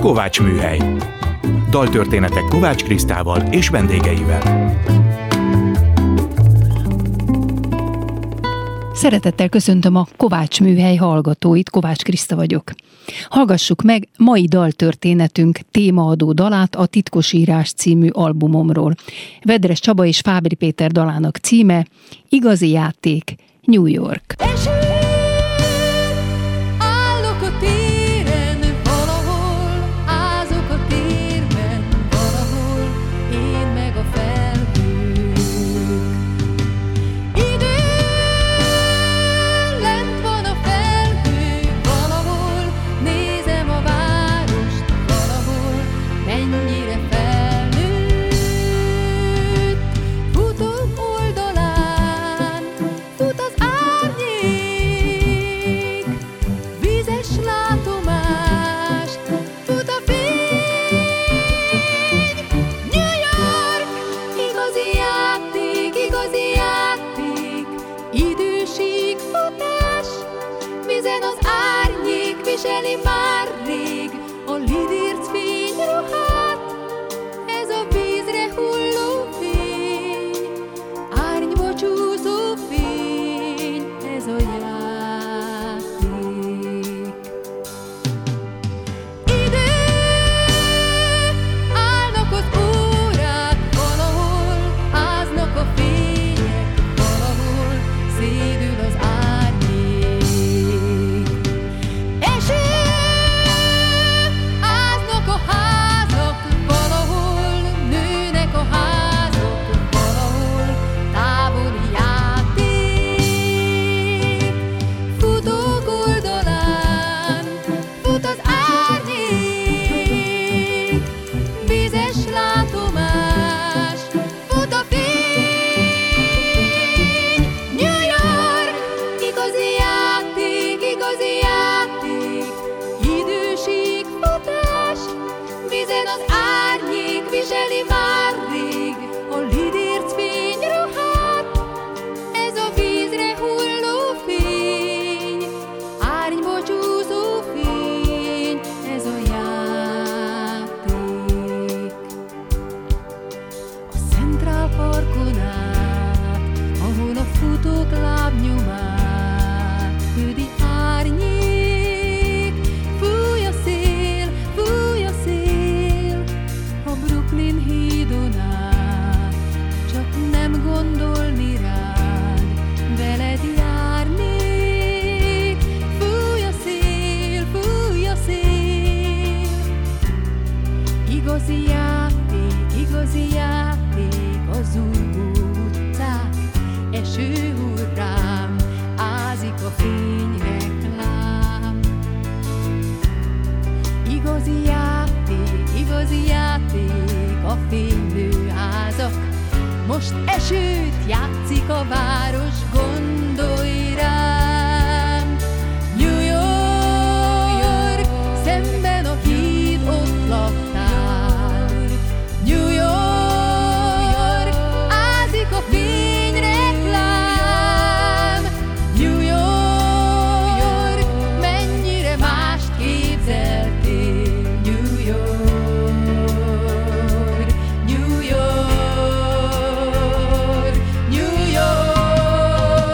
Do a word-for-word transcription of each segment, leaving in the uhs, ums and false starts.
Kovács Műhely. Daltörténetek Kovács Krisztával és vendégeivel. Szeretettel köszöntöm a Kovács Műhely hallgatóit, Kovács Kriszta vagyok. Hallgassuk meg mai daltörténetünk témaadó dalát a Titkosírás című albumomról. Vedres Csaba és Fábri Péter dalának címe Igazi játék, New York. Viseli már rég a lidérc fényruhát, ez a vízre hulló fény, árnyba csúszó fény, ez a játék. Ide állnak az órák valahol, áznak a fények valahol, szédül az árnyék. Áznak a házak valahol, nőnek a házak valahol, távoli játék. Futók oldalán fut az árnyék, vízes látomás, fut a fény. New York, igazi játék, igazi játék, időség futás, vízen az árnyék viseli már rég a lidérc fényruhát, ez a vízre hulló fény, árnyba csúszó fény, ez a játék. A Central Parkon át, ahol a futók lábnyomát ködi árnyék, fúj a szél, fúj a szél, a Brooklyn hídon át, csak nem gondolni rád, veled járnék, fúj a szél, fúj a szél. Igazi játék, igazi játék, az utcák, eső hull rám, ázik a fényreklám. Igazi játék, igazi játék, a fénylő házak, most esőt játszik a város, gondolj rám. New York, szemben a híd, ott laktál. New York, ázik a fényreklám. New York, mennyire mást képzeltél. New York, New York, New York.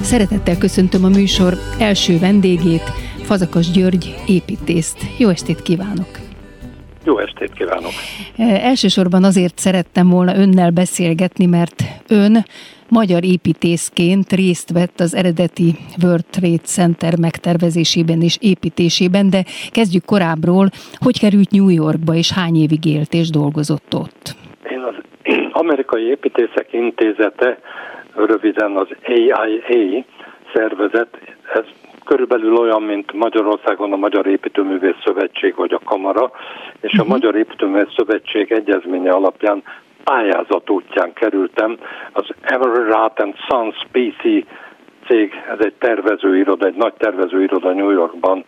Szeretettel köszöntöm a műsor első vendégét, Fazakas György építészt. Jó estét kívánok! Jó estét kívánok! Elsősorban azért szerettem volna önnel beszélgetni, mert ön magyar építészként részt vett az eredeti World Trade Center megtervezésében és építésében, de kezdjük korábbról. Hogy került New Yorkba, és hány évig élt és dolgozott ott? Én az Amerikai Építészek Intézete, röviden az á i á szervezet, ez körülbelül olyan, mint Magyarországon a Magyar Építőművész Szövetség vagy a Kamara, és uh-huh. a Magyar Építőművész Szövetség egyezménye alapján pályázat útján kerültem. Az Everett and Sons pé cé cég, ez egy tervezőiroda, egy nagy tervezőiroda New Yorkban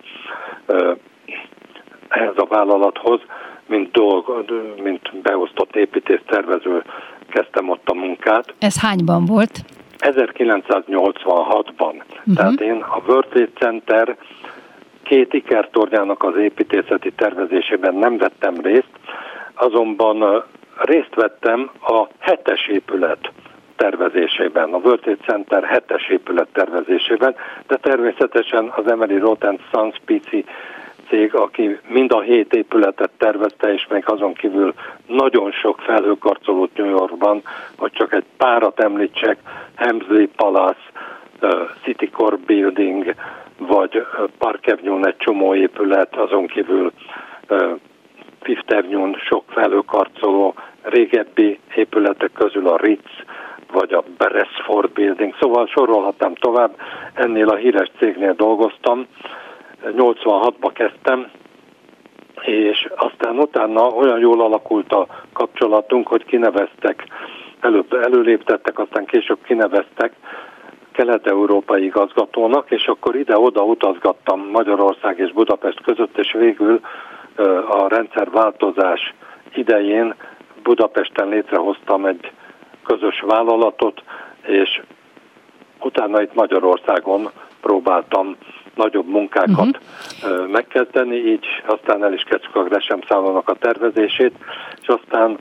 ehhez a vállalathoz, mint, dolg, mint beosztott építész tervező kezdtem ott a munkát. Ez hányban volt? ezerkilencszáznyolcvanhatban. Uh-huh. Tehát én a World Trade Center két ikertornyának az építészeti tervezésében nem vettem részt, azonban részt vettem a hetes épület tervezésében, a World Trade Center hetes épület tervezésében, de természetesen az Emery Roth and Sons pé cé cég, aki mind a hét épületet tervezte, és még azon kívül nagyon sok felhőkarcolót New Yorkban, hogy csak egy párat említsek, Hemsley Palace, City Core Building, vagy Park Avenue-n egy csomó épület, azon kívül Fifth Avenue-n sok felhőkarcoló, régebbi épületek közül a Ritz, vagy a Beresford Building, szóval sorolhatnám tovább, ennél a híres cégnél dolgoztam, nyolcvanhatban kezdtem, és aztán utána olyan jól alakult a kapcsolatunk, hogy kineveztek, előbb előléptettek, aztán később kineveztek kelet-európai igazgatónak, és akkor ide-oda utazgattam Magyarország és Budapest között, és végül a rendszerváltozás idején Budapesten létrehoztam egy közös vállalatot, és utána itt Magyarországon próbáltam nagyobb munkákat uh-huh. megkezdeni, így aztán el is kezdtük a Gresham szállónak a tervezését, és aztán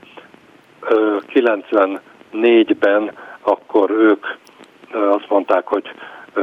kilencvennégyben akkor ők azt mondták, hogy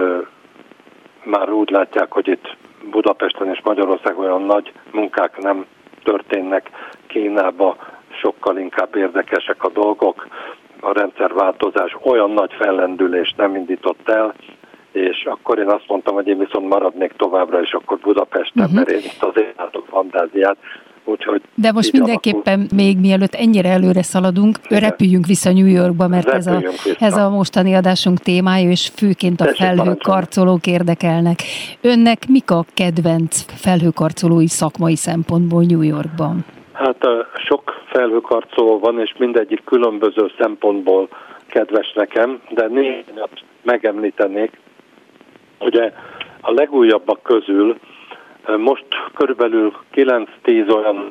már úgy látják, hogy itt Budapesten és Magyarországon olyan nagy munkák nem történnek, Kínában sokkal inkább érdekesek a dolgok, a rendszerváltozás olyan nagy fellendülést nem indított el, és akkor én azt mondtam, hogy én viszont maradnék továbbra, és akkor Budapesten, uh-huh. mert én itt azért látok fantáziát. Úgyhogy de most mindenképpen alakul. Még mielőtt ennyire előre szaladunk, igen. repüljünk vissza New Yorkba, mert ez a, ez a mostani adásunk témája, és főként a Tessék felhőkarcolók érdekelnek. Önnek mik a kedvenc felhőkarcolói szakmai szempontból New Yorkban? Hát sok felhőkarcoló van, és mindegyik különböző szempontból kedves nekem, de néhányat megemlítenék. Ugye a legújabbak közül most körülbelül kilenc-tíz olyan,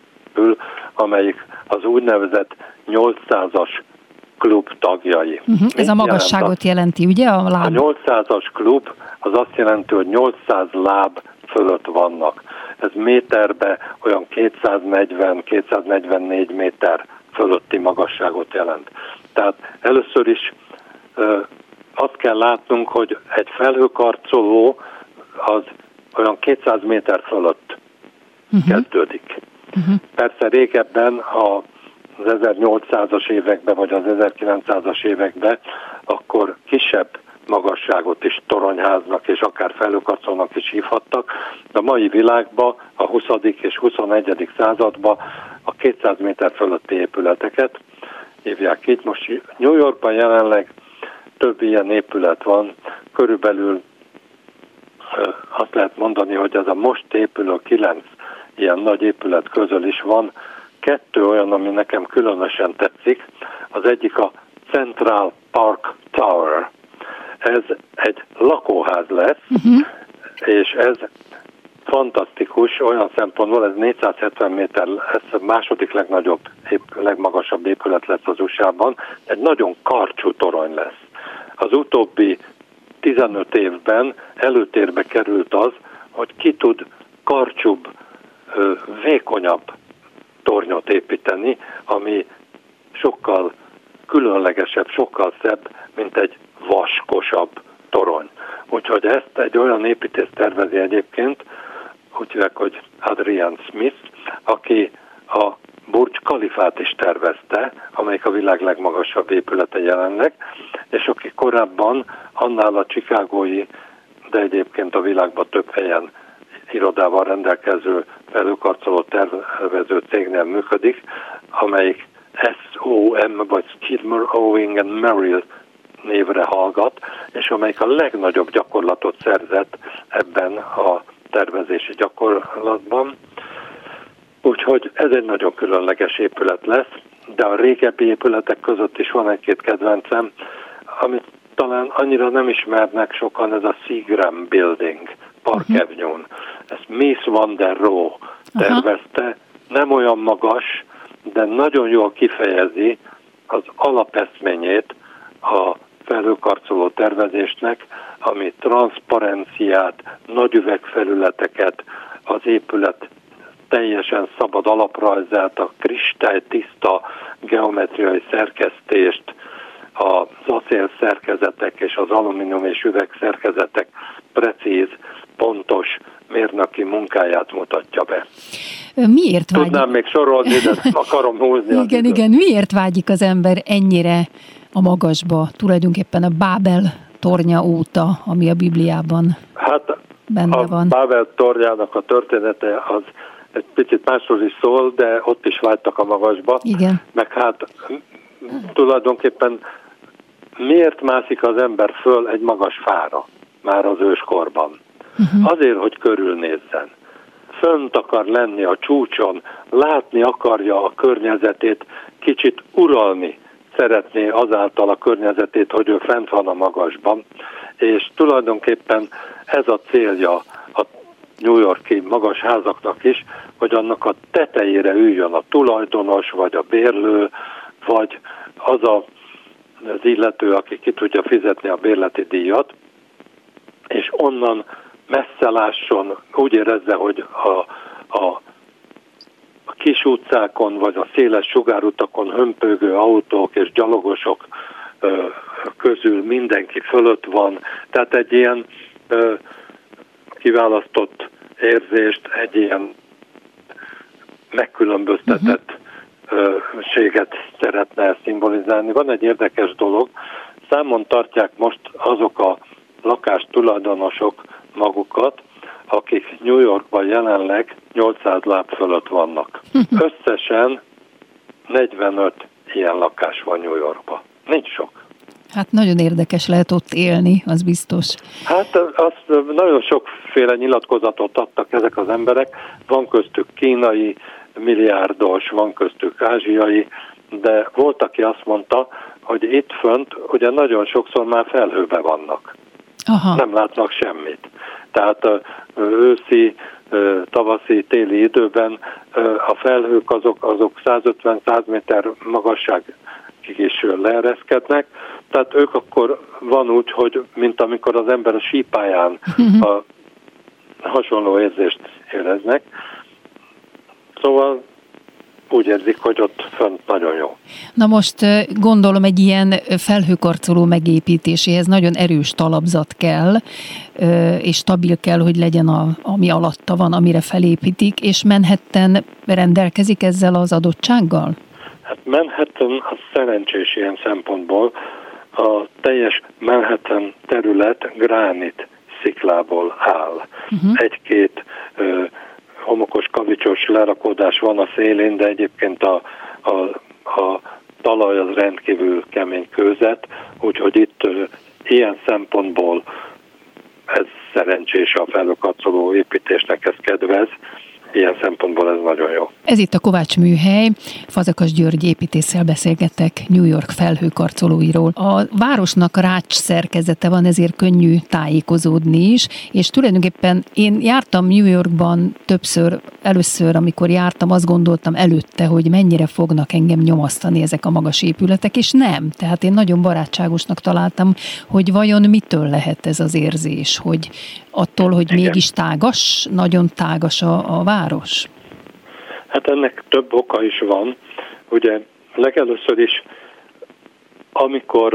amelyik az úgynevezett nyolcszázas klub tagjai. Uh-huh. Ez a magasságot jelent jelenti, ugye? A, láb. a nyolcszázas klub az azt jelenti, hogy nyolcszáz láb fölött vannak. Ez méterbe olyan kétszáznegyven-kétszáznegyvennégy méter fölötti magasságot jelent. Tehát először is azt kell látnunk, hogy egy felhőkarcoló az olyan kétszáz méter fölött uh-huh. kezdődik. Uh-huh. Persze régebben az ezernyolcszázas években, vagy az ezerkilencszázas években akkor kisebb magasságot is toronyháznak, és akár felhőkarcolónak is hívhattak, de a mai világban, a huszadik és huszonegyedik században a kétszáz méter fölötti épületeket hívják így. Most New Yorkban jelenleg több ilyen épület van, körülbelül azt lehet mondani, hogy ez a most épülő kilenc ilyen nagy épület közül is van kettő olyan, ami nekem különösen tetszik. Az egyik a Central Park Tower. Ez egy lakóház lesz, uh-huh. és ez fantasztikus olyan szempontból, ez négyszázhetven méter lesz, a második legnagyobb, legmagasabb épület lesz az u es á-ban, egy nagyon karcsú torony lesz. Az utóbbi tizenöt évben előtérbe került az, hogy ki tud karcsúbb, vékonyabb tornyot építeni, ami sokkal különlegesebb, sokkal szebb, mint egy vaskosabb torony. Úgyhogy ezt egy olyan építész tervezi egyébként, úgy hívják, hogy Adrian Smith, aki a Burj Khalifát is tervezte, amelyik a világ legmagasabb épülete jelenleg, és aki korábban annál a chicagói, de egyébként a világban több helyen irodával rendelkező felhőkarcoló tervező cégnél működik, amelyik es o em vagy Skidmore, Owing and Merrill névre hallgat, és amelyik a legnagyobb gyakorlatot szerzett ebben a tervezési gyakorlatban. Úgyhogy ez egy nagyon különleges épület lesz, de a régebbi épületek között is van egy-két kedvencem, amit talán annyira nem ismernek sokan, ez a Seagram Building, Park uh-huh. Avenue-n. Ezt Mies van der Rohe tervezte, uh-huh. nem olyan magas, de nagyon jól kifejezi az alapeszményét a felhőkarcoló tervezésnek, ami transzparenciát, nagy üvegfelületeket, az épület teljesen szabad alaprajzát, a kristálytiszta geometriai szerkesztést, az acél szerkezetek és az alumínium és üveg szerkezetek precíz, pontos mérnöki munkáját mutatja be. Miért vágyik? Tudnám még sorolni, de akarom húzni. Igen, igen. Miért vágyik az ember ennyire a magasba, tulajdonképpen a Bábel tornya óta, ami a Bibliában hát benne a van? Bábel tornyának a története az egy picit másról is szól, de ott is vágytak a magasba. Igen. Meg hát tulajdonképpen miért mászik az ember föl egy magas fára már az őskorban? Uh-huh. Azért, hogy körülnézzen. Fönt akar lenni a csúcson, látni akarja a környezetét, kicsit uralni szeretné azáltal a környezetét, hogy ő fent van a magasban, és tulajdonképpen ez a célja a New York-i magas házaknak is, hogy annak a tetejére üljön a tulajdonos, vagy a bérlő, vagy az a, az illető, aki ki tudja fizetni a bérleti díjat, és onnan messze lásson, úgy érezze, hogy a, a, a kis utcákon, vagy a széles sugárutakon hömpögő autók és gyalogosok ö, közül mindenki fölött van. Tehát egy ilyen ö, kiválasztott érzést, egy ilyen megkülönböztetett séget szeretne szimbolizálni. Van egy érdekes dolog, számon tartják most azok a lakás tulajdonosok magukat, akik New Yorkban jelenleg nyolcszáz láb fölött vannak. Összesen negyvenöt ilyen lakás van New Yorkban. Nincs sok. Hát nagyon érdekes lehet ott élni, az biztos. Hát azt nagyon sokféle nyilatkozatot adtak ezek az emberek. Van köztük kínai milliárdos, van köztük ázsiai, de volt, aki azt mondta, hogy itt fönt ugye nagyon sokszor már felhőben vannak. Aha. Nem látnak semmit. Tehát őszi, tavaszi, téli időben a felhők azok, azok százötven-száz méter magasságig is leereszkednek, tehát ők akkor van úgy, hogy mint amikor az ember a sípályán a hasonló érzést éreznek. Szóval úgy érzik, hogy ott fönt nagyon jó. Na most gondolom egy ilyen felhőkarcoló megépítéséhez nagyon erős talapzat kell, és stabil kell, hogy legyen, a, ami alatta van, amire felépítik, és Manhattan rendelkezik ezzel az adottsággal? Hát Manhattan az szerencsés ilyen szempontból. A teljes Manhattan terület gránit sziklából áll. Uh-huh. Egy-két ö, homokos, kavicsos lerakódás van a szélén, de egyébként a, a, a talaj az rendkívül kemény kőzet, úgyhogy itt ö, ilyen szempontból ez szerencsés, a felhőkarcoló építésnek ez kedvez. Ilyen szempontból ez nagyon jó. Ez itt a Kovács Műhely. Fazekas György építésszel beszélgetek New York felhőkarcolóiról. A városnak rács szerkezete van, ezért könnyű tájékozódni is, és tulajdonképpen én jártam New Yorkban többször, először, amikor jártam, azt gondoltam előtte, hogy mennyire fognak engem nyomasztani ezek a magas épületek, és nem. Tehát én nagyon barátságosnak találtam, hogy vajon mitől lehet ez az érzés, hogy attól, hogy igen, mégis tágas, nagyon tágas a, a város? Hát ennek több oka is van. Ugye legelőször is, amikor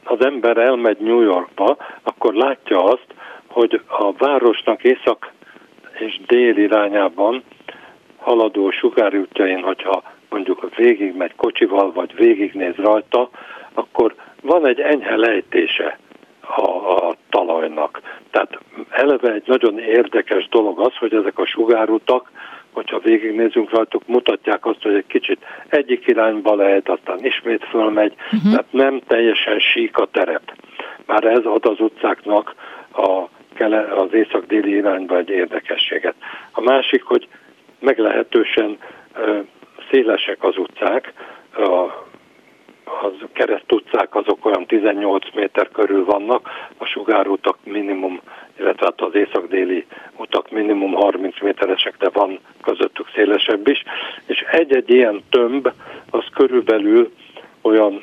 az ember elmegy New Yorkba, akkor látja azt, hogy a városnak észak és dél irányában haladó sugárútjain, hogyha mondjuk végigmegy kocsival, vagy végignéz rajta, akkor van egy enyhe lejtése a, a talajnak. Tehát eleve egy nagyon érdekes dolog az, hogy ezek a sugárutak, hogyha végignézünk rajtuk, mutatják azt, hogy egy kicsit egyik irányba lehet, aztán ismét fölmegy, uh-huh. tehát nem teljesen sík a terep. Már ez ad az utcáknak a, az észak-déli irányba egy érdekességet. A másik, hogy meglehetősen uh, szélesek az utcák, a az keresztutcák azok olyan tizennyolc méter körül vannak, a sugárutak minimum, illetve hát az észak-déli utak minimum harminc méteresek, de van közöttük szélesebb is, és egy-egy ilyen tömb az körülbelül olyan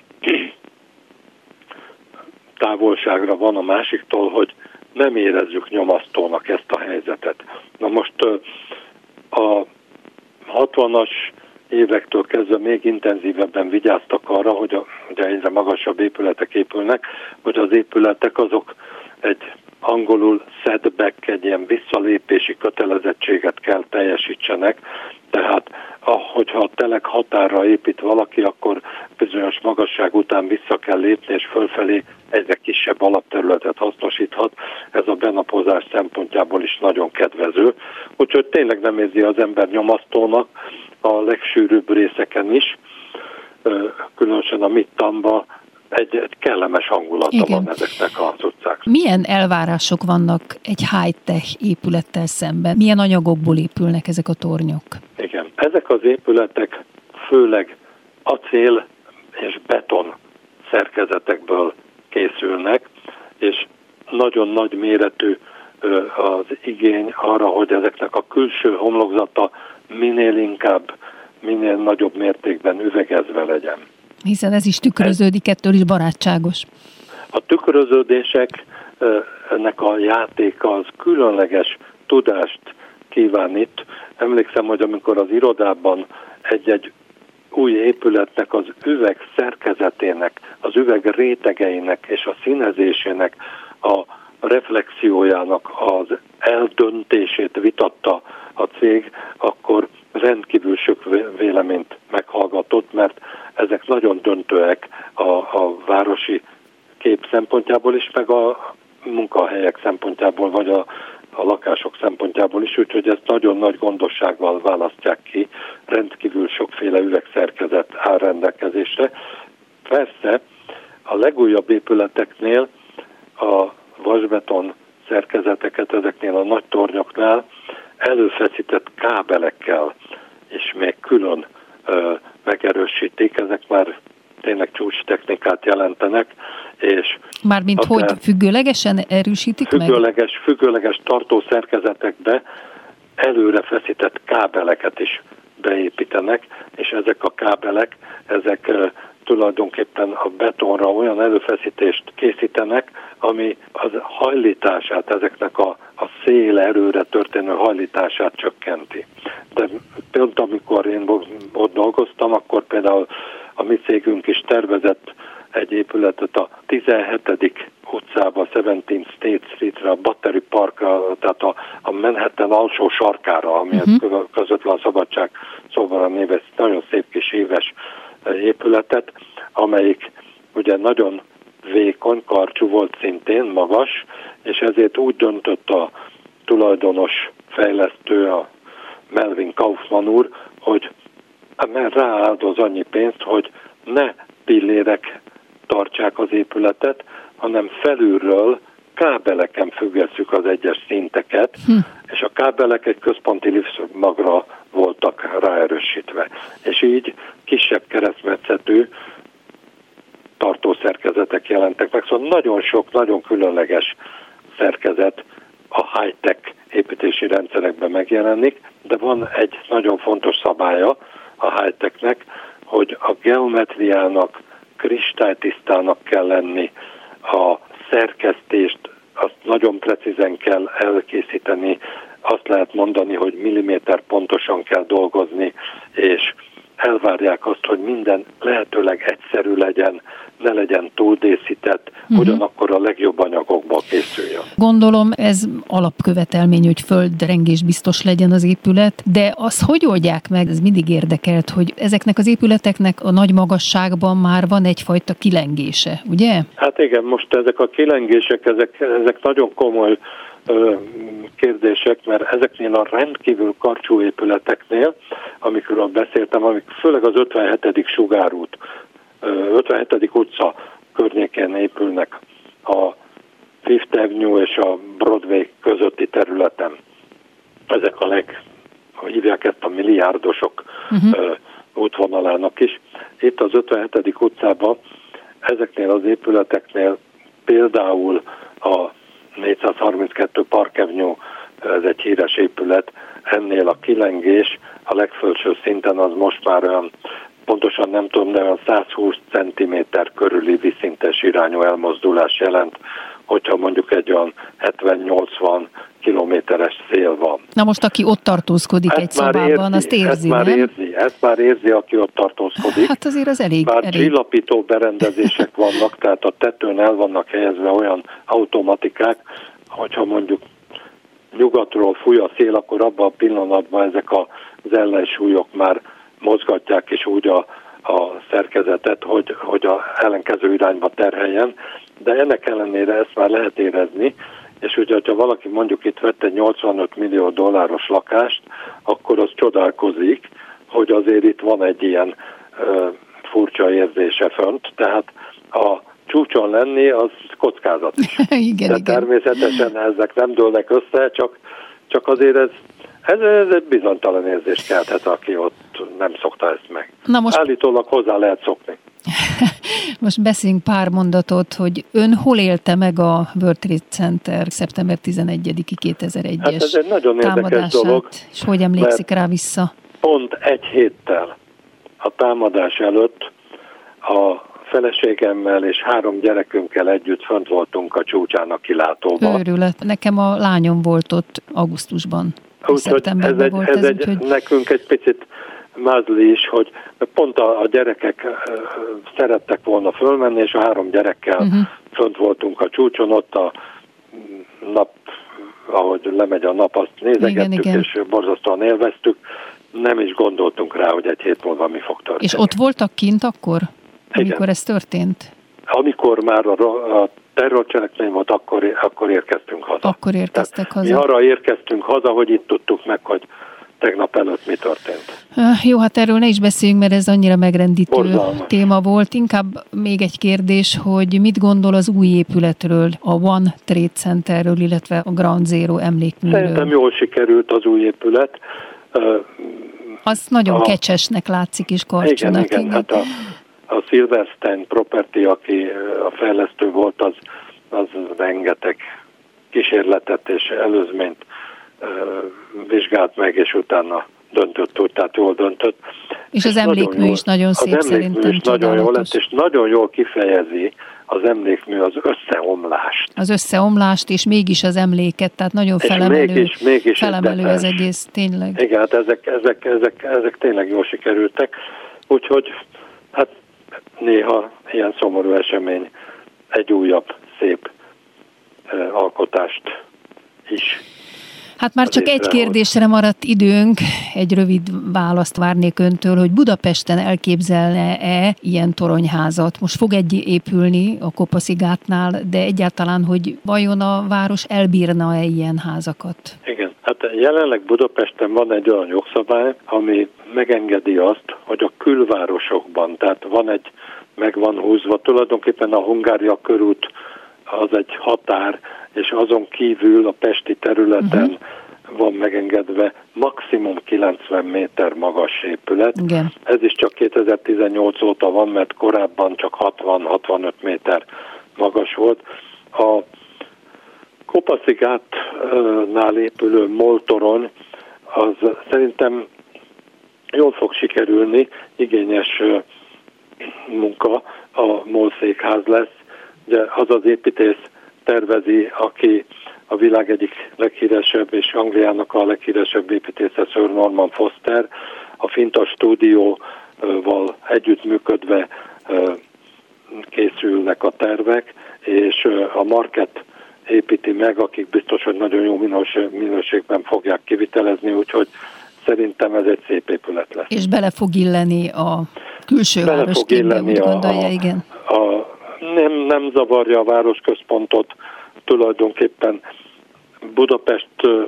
távolságra van a másiktól, hogy nem érezzük nyomasztónak ezt a helyzetet. Na most a hatvanas évektől kezdve még intenzívebben vigyáztak arra, hogy a, ugye egyre magasabb épületek épülnek, hogy az épületek azok egy angolul setback, egy ilyen visszalépési kötelezettséget kell teljesítsenek, tehát hogyha a telek határa épít valaki, akkor bizonyos magasság után vissza kell lépni, és fölfelé egyre kisebb alapterületet hasznosíthat. Ez a benapozás szempontjából is nagyon kedvező. Úgyhogy tényleg nem érzi az ember nyomasztónak a legsűrűbb részeken is, különösen a Midtownban egy, egy kellemes hangulata Igen. van ezeknek az utcák. Milyen elvárások vannak egy high-tech épülettel szemben? Milyen anyagokból épülnek ezek a tornyok? Igen, ezek az épületek főleg acél és beton szerkezetekből készülnek, és nagyon nagy méretű az igény arra, hogy ezeknek a külső homlokzata minél inkább, minél nagyobb mértékben üvegezve legyen. Hiszen ez is tükröződik, ettől is barátságos. A tükröződéseknek a játéka az különleges tudást kíván itt. Emlékszem, hogy amikor az irodában egy-egy új épületnek az üveg szerkezetének, az üveg rétegeinek és a színezésének a reflexiójának az eldöntését vitatta a cég, akkor rendkívül sok véleményt meghallgatott, mert ezek nagyon döntőek a, a városi kép szempontjából is, meg a munkahelyek szempontjából, vagy a, a lakások szempontjából is, úgyhogy ezt nagyon nagy gondossággal választják ki, rendkívül sokféle üvegszerkezet áll rendelkezésre. Persze a legújabb épületeknél a vasbeton szerkezeteket, ezeknél a nagy tornyoknál előfeszített kábelekkel és még külön ö, megerősítik, ezek már tényleg csúcs technikát jelentenek, és mármint hogy függőlegesen erősítik függőleges, meg? Függőleges tartó szerkezetekbe előre feszített kábeleket is beépítenek, és ezek a kábelek, ezek ö, tulajdonképpen a betonra olyan előfeszítést készítenek, ami az hajlítását, ezeknek a, a szél erőre történő hajlítását csökkenti. De például amikor én ott dolgoztam, akkor például a mi cégünk is tervezett egy épületet a tizenhetedik utcába, tizenhetedikes State Streetre, a Battery Parkra, tehát a, a Manhattan alsó sarkára, ami uh-huh. közvetlen a Szabadság szóval a név, nagyon szép kis éves épületet, amelyik ugye nagyon vékony, karcsú volt, szintén magas, és ezért úgy döntött a tulajdonos fejlesztő, a Melvin Kaufman úr, hogy rááldoz annyi pénzt, hogy ne pillérek tartsák az épületet, hanem felülről kábeleken függesszük az egyes szinteket, hm. és a kábelek egy központi liftmagra voltak ráerősítve. És így kisebb keresztmetszetű tartószerkezetek jelentek meg. Szóval nagyon sok, nagyon különleges szerkezet a high-tech építési rendszerekben megjelenik, de van egy nagyon fontos szabálya a high-technek, hogy a geometriának kristálytisztának kell lenni, a szerkesztést azt nagyon precízen kell elkészíteni, azt lehet mondani, hogy milliméter pontosan kell dolgozni, és elvárják azt, hogy minden lehetőleg egyszerű legyen, ne legyen túldészített, uh-huh. ugyanakkor a legjobb anyagokból készüljön. Gondolom ez alapkövetelmény, hogy földrengés biztos legyen az épület, de az hogy oldják meg? Ez mindig érdekelt, hogy ezeknek az épületeknek a nagy magasságban már van egyfajta kilengése, ugye? Hát igen, most ezek a kilengések, ezek, ezek nagyon komoly ö, kérdések, mert ezeknél a rendkívül karcsú épületeknél, amikről beszéltem, amik főleg az ötvenhetedik sugárút, ötvenhetedik utca környékén épülnek a Fifth Avenue és a Broadway közötti területen. Ezek a leg, hogy hívják ezt, a milliárdosok uh-huh. útvonalának is. Itt az ötvenhetedik utcában ezeknél az épületeknél például a négyszázharminckettő Park Avenue, ez egy híres épület, ennél a kilengés a legfelső szinten az most már olyan, pontosan nem tudom, de olyan százhúsz centiméter körüli vízszintes irányú elmozdulás jelent, hogyha mondjuk egy olyan hetven-nyolcvan kilométeres szél van. Na most, aki ott tartózkodik ezt egy szobában, érzi, azt érzi, ezt nem? Már érzi, ezt már érzi, aki ott tartózkodik. Hát azért az elég. Bár elég. csillapító berendezések vannak, tehát a tetőn el vannak helyezve olyan automatikák, hogyha mondjuk nyugatról fúj a szél, akkor abban a pillanatban ezek az ellensúlyok már mozgatják is úgy a, a szerkezetet, hogy, hogy a ellenkező irányba terheljen, de ennek ellenére ezt már lehet érezni, és ugye, ha valaki mondjuk itt vett egy nyolcvanöt millió dolláros lakást, akkor az csodálkozik, hogy azért itt van egy ilyen ö, furcsa érzése fönt, tehát a csúcson lenni, az kockázat is. igen, de igen. Természetesen ezek nem dőlnek össze, csak, csak azért ez Ez, ez egy bizonytalan érzést kelthet, aki ott nem szokta ezt meg. Na most... Állítólag hozzá lehet szokni. Most beszéljünk pár mondatot, hogy ön hol élte meg a World Trade Center szeptember tizenegyedike kétezer-egyes hát ez egy nagyon érdekes dolog, és hogy emlékszik rá vissza? Pont egy héttel a támadás előtt a feleségemmel és három gyerekünkkel együtt fönt voltunk a csúcsán a kilátóban. Őrület. Nekem a lányom volt ott augusztusban. Úgyhogy ez, egy, volt ez, ez egy, úgy, nekünk egy picit mázli is, hogy pont a, a gyerekek uh, szerettek volna fölmenni, és a három gyerekkel uh-huh. fönt voltunk a csúcson, ott a nap, ahogy lemegy a nap, azt nézegettük, igen, igen. és borzasztóan élveztük. Nem is gondoltunk rá, hogy egy hét múlva mi fog történni. És ott voltak kint akkor, amikor igen. ez történt? Amikor már a, a terrorcselekmény volt, akkor, akkor érkeztünk haza. Akkor érkeztek Tehát haza. Mi arra érkeztünk haza, hogy itt tudtuk meg, hogy tegnap előtt mi történt. Jó, hát erről ne is beszéljünk, mert ez annyira megrendítő Borzalmas. téma volt. Inkább még egy kérdés, hogy mit gondol az új épületről, a One Trade Centerről, illetve a Ground Zero emlékműről? Szerintem jól sikerült az új épület. Az nagyon a... kecsesnek látszik és karcsúnak. Igen, igen, hát a A Silverstein Property, aki a fejlesztő volt, az, az rengeteg kísérletet és előzményt uh, vizsgált meg, és utána döntött úgy, tehát jól döntött. És az emlékmű is nagyon szép, az szerintem is nagyon jól lett, és nagyon jól kifejezi az emlékmű az összeomlást. Az összeomlást, és mégis az emléket, tehát nagyon és felemelő, mégis, mégis felemelő az egész, tényleg. Igen, hát ezek, ezek, ezek, ezek tényleg jól sikerültek, úgyhogy hát néha ilyen szomorú esemény egy újabb szép uh, alkotást is. Hát már csak egy kérdésre maradt időnk, egy rövid választ várnék öntől, hogy Budapesten elképzelne-e ilyen toronyházat? Most fog egy épülni a Kopaszigátnál, de egyáltalán, hogy vajon a város elbírna-e ilyen házakat? Igen, hát jelenleg Budapesten van egy olyan jogszabály, ami megengedi azt, hogy a külvárosokban, tehát van egy, meg van húzva, tulajdonképpen a Hungária körút az egy határ, és azon kívül a pesti területen uh-huh. van megengedve maximum kilencven méter magas épület. Igen. Ez is csak kétezer-tizennyolc óta van, mert korábban csak hatvan-hatvanöt méter magas volt. A Kopaszigátnál épülő moltorony az szerintem jól fog sikerülni, igényes munka, a molszékház lesz. Ugye az az építész tervezi, aki a világ egyik leghíresebb és Angliának a leghíresebb építésze, Sir Norman Foster. A Finta stúdió együttműködve készülnek a tervek, és a Market építi meg, akik biztos, hogy nagyon jó minőségben fogják kivitelezni, úgyhogy szerintem ez egy szép épület lesz. És bele fog illeni a külső bele városképbe, úgy gondolja, a, igen? A, nem, nem zavarja a városközpontot, tulajdonképpen Budapest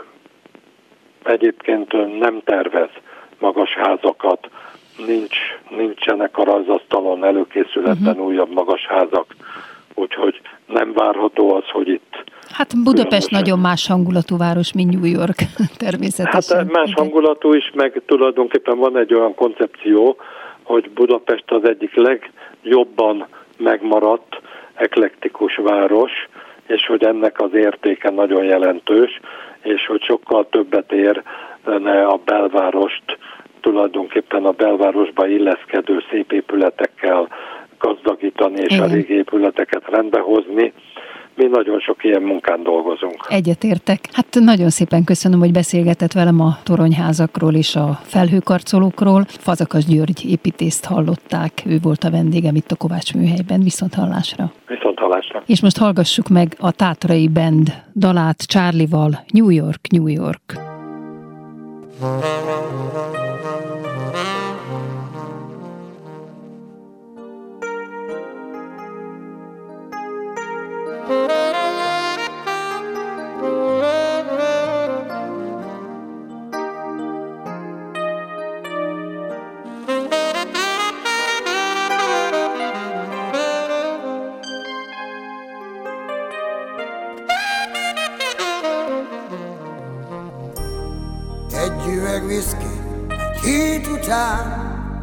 egyébként nem tervez magas házakat, nincs, nincsenek a rajzasztalon előkészületben uh-huh. újabb magas házak, úgyhogy nem várható az, hogy itt... Hát Budapest különösen... nagyon más hangulatú város, mint New York, természetesen. Hát más igen. hangulatú is, meg tulajdonképpen van egy olyan koncepció, hogy Budapest az egyik legjobban megmaradt eklektikus város, és hogy ennek az értéke nagyon jelentős, és hogy sokkal többet érne a belvárost tulajdonképpen a belvárosba illeszkedő szép épületekkel gazdagítani, és igen. a régi épületeket rendbehozni. Mi nagyon sok ilyen munkán dolgozunk. Egyetértek. Hát nagyon szépen köszönöm, hogy beszélgetett velem a toronyházakról és a felhőkarcolókról. Fazakas György építészt hallották, ő volt a vendégem itt a Kovács műhelyben. Viszont hallásra. Viszont hallásra. És most hallgassuk meg a Tátrai Band dalát Charlie-val, New York, New York. Egy üveg viszki, egy hét után.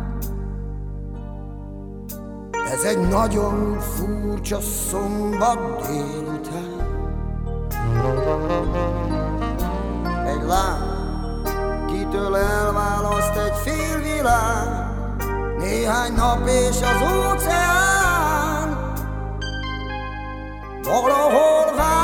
Ez egy nagyon furcsa szombat délután. Egy lány, kitől elválaszt egy fél világ, néhány nap és az óceán valahol vár.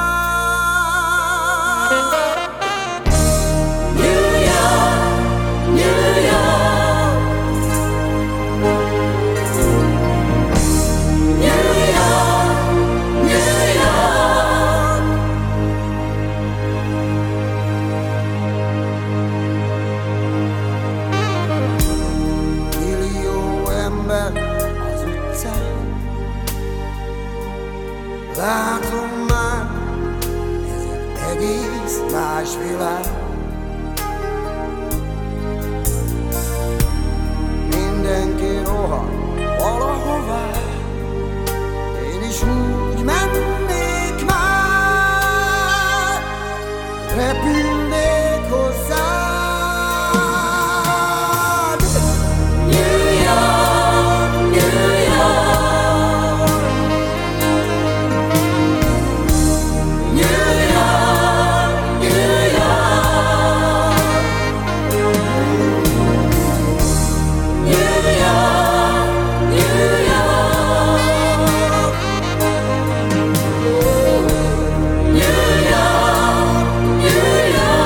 Látom már, ez egy egész más világ. Mindenki rohan valahová, én is úgy mennék már, repülnék hozzád. New York, New York, New York,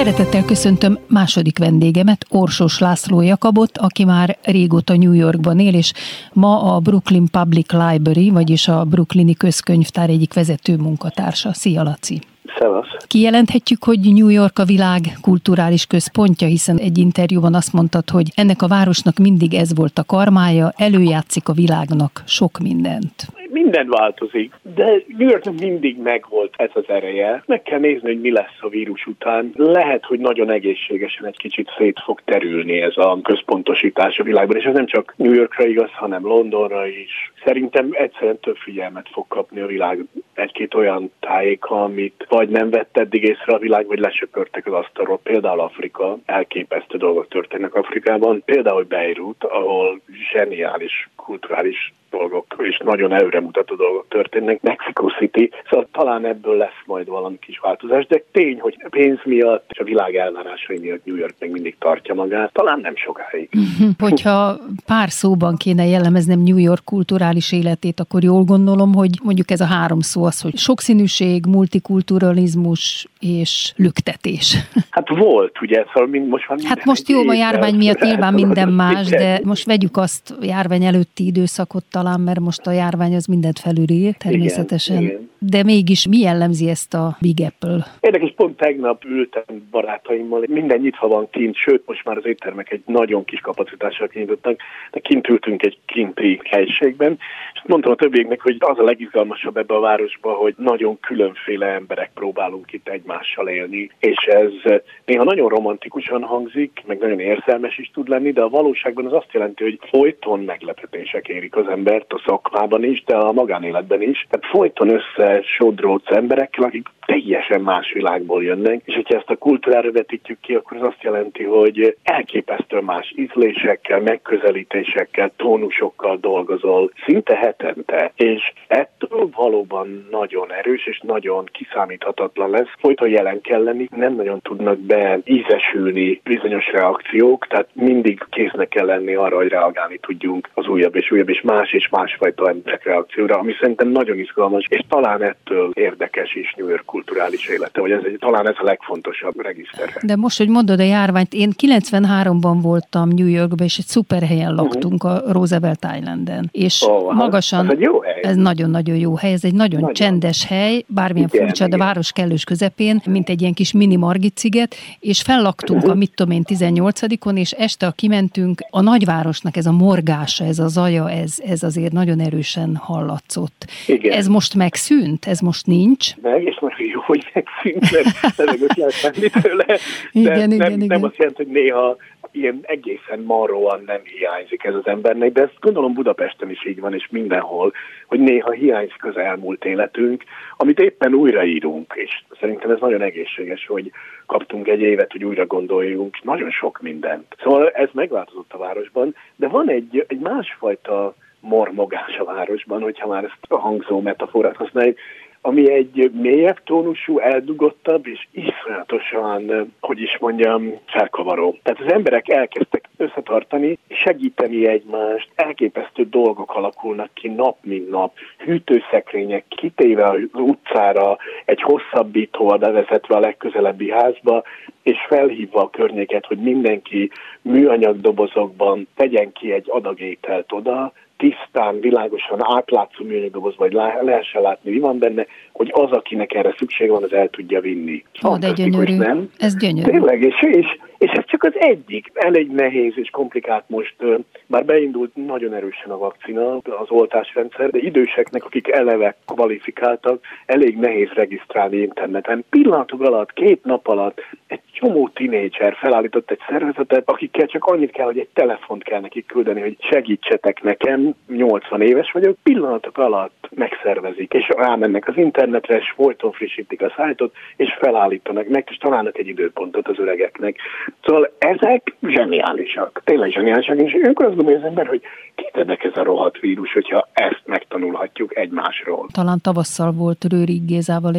Szeretettel köszöntöm második vendégemet, Orsos László Jakabot, aki már régóta New Yorkban él, és ma a Brooklyn Public Library, vagyis a Brooklyni Közkönyvtár egyik vezető munkatársa. Szia, Laci! Szevasz! Kijelenthetjük, hogy New York a világ kulturális központja, hiszen egy interjúban azt mondtad, hogy ennek a városnak mindig ez volt a karmája, előjátszik a világnak sok mindent. Minden változik, de New Yorknak mindig megvolt ez az ereje. Meg kell nézni, hogy mi lesz a vírus után. Lehet, hogy nagyon egészségesen egy kicsit szét fog terülni ez a központosítás a világban, és ez nem csak New Yorkra igaz, hanem Londonra is. Szerintem egyszerűen több figyelmet fog kapni a világ egy-két olyan tájéka, amit vagy nem vett eddig észre a világ, vagy lesöpörtek az asztalról. Például Afrika, elképesztő dolgok történnek Afrikában. Például Beirut, ahol zseniális kulturális dolgok és nagyon előremutató dolgok történnek. Mexico City, szóval talán ebből lesz majd valami kis változás, de tény, hogy pénz miatt és a világ elvárásai miatt New York még mindig tartja magát, talán nem sokáig. Hogyha pár szóban kéne jellemeznem New York kulturális életét, akkor jól gondolom, hogy mondjuk ez a három szó az, hogy sokszínűség, multikulturalizmus és lüktetés. Hát volt, ugye, szóval mind, most van Hát most jó, a járvány miatt nyilván minden más, de most vegyük azt járvány előtti időszakot talán, mert most a járvány az mindent felülír, természetesen. Igen, igen. De mégis mi jellemzi ezt a Big Apple? Érdekes, pont tegnap ültem barátaimmal, minden nyitva van kint, sőt, most már az éttermek egy nagyon kis kapacitással kinyitottak, de kint ültünk egy kinti helyiségben, és mondtam a többieknek, hogy az a legizgalmasabb ebbe a városba, hogy nagyon különféle emberek próbálunk itt egymással élni, és ez néha nagyon romantikusan hangzik, meg nagyon érzelmes is tud lenni, de a valóságban az azt jelenti, hogy folyton meglepetések érik az embert a szakmában is, de a magánéletben is. Tehát folyton összesodródsz emberekkel, akik teljesen más világból jönnek, és hogyha ezt a kultúrára vetítjük ki, akkor az azt jelenti, hogy elképesztő más ízlésekkel, megközelítésekkel, tónusokkal dolgozol szinte hetente, és ettől valóban nagyon erős és nagyon kiszámíthatatlan lesz. Folyton jelen kell lenni, nem nagyon tudnak beízesülni bizonyos reakciók, tehát mindig késznek kell lenni arra, hogy reagálni tudjunk az újabb és újabb és más és másfajta emberek reakcióra, ami szerintem nagyon izgalmas, és talán ettől érdekes is New York kulturális élete, vagy ez egy, talán ez a legfontosabb regiszter. De most, hogy mondod a járványt, én kilencvenháromban voltam New Yorkban, és egy szuper helyen laktunk uh-huh. a Roosevelt Islanden. És oh, magasan, ez, ez nagyon-nagyon jó hely, ez egy nagyon, nagyon. csendes hely, bármilyen igen, furcsa, igen. de város kellős közepén, mint egy ilyen kis mini Margit sziget, és fellaktunk uh-huh. a mit tudom én tizennyolcadikon, és este, ha kimentünk, a nagyvárosnak ez a morgása, ez a zaja, ez, ez azért nagyon erősen hallatszott. Igen. Ez most megszűnt? Ez most nincs? Meg, és most jó, hogy megszűnt, mert levegőt lehet venni tőle, de igen, nem, igen, igen. nem azt jelenti, hogy néha ilyen egészen marróan nem hiányzik ez az embernek, de ezt gondolom Budapesten is így van, és mindenhol, hogy néha hiányzik az elmúlt életünk, amit éppen újraírunk, és szerintem ez nagyon egészséges, hogy kaptunk egy évet, hogy újra gondoljunk nagyon sok mindent. Szóval ez megváltozott a városban, de van egy, egy másfajta mormogás a városban, hogyha már ezt a hangzó metaforát használjuk, ami egy mélyebb tónusú, eldugottabb és iszonyatosan, hogy is mondjam, felkavaró. Tehát az emberek elkezdtek összetartani, segíteni egymást, elképesztő dolgok alakulnak ki nap mint nap, hűtőszekrények kitéve az utcára, egy hosszabbító bevezetve a legközelebbi házba, és felhívva a környéket, hogy mindenki műanyag dobozokban tegyen ki egy adag ételt oda, tisztán, világosan átlátszó műanyagdobozba, vagy lehessen látni, mi van benne, hogy az, akinek erre szükség van, az el tudja vinni. Ó, de gyönyörű. Nem? Ez gyönyörű. Tényleg, és, és, és ez csak az egyik. Elég nehéz és komplikált most, bár beindult nagyon erősen a vakcina, az oltásrendszer, de időseknek, akik eleve kvalifikáltak, elég nehéz regisztrálni interneten. Pillanatok alatt, két nap alatt egy csomó tinédzser felállított egy szervezetet, akikkel csak annyit kell, hogy egy telefont kell nekik küldeni, hogy segítsetek nekem, nyolcvan éves vagyok, pillanatok alatt megszervezik, és rámennek az internetre, és folyton frissítik a szájtot, és felállítanak meg, és találnak egy időpontot az öregeknek. Szóval ezek zseniálisak, tényleg zseniálisak, és ilyenkor azt gondolja az ember, hogy kit érdek ez a rohadt vírus, hogyha ezt megtanulhatjuk egymásról. Talán tavasszal volt Rőrig Gézával egy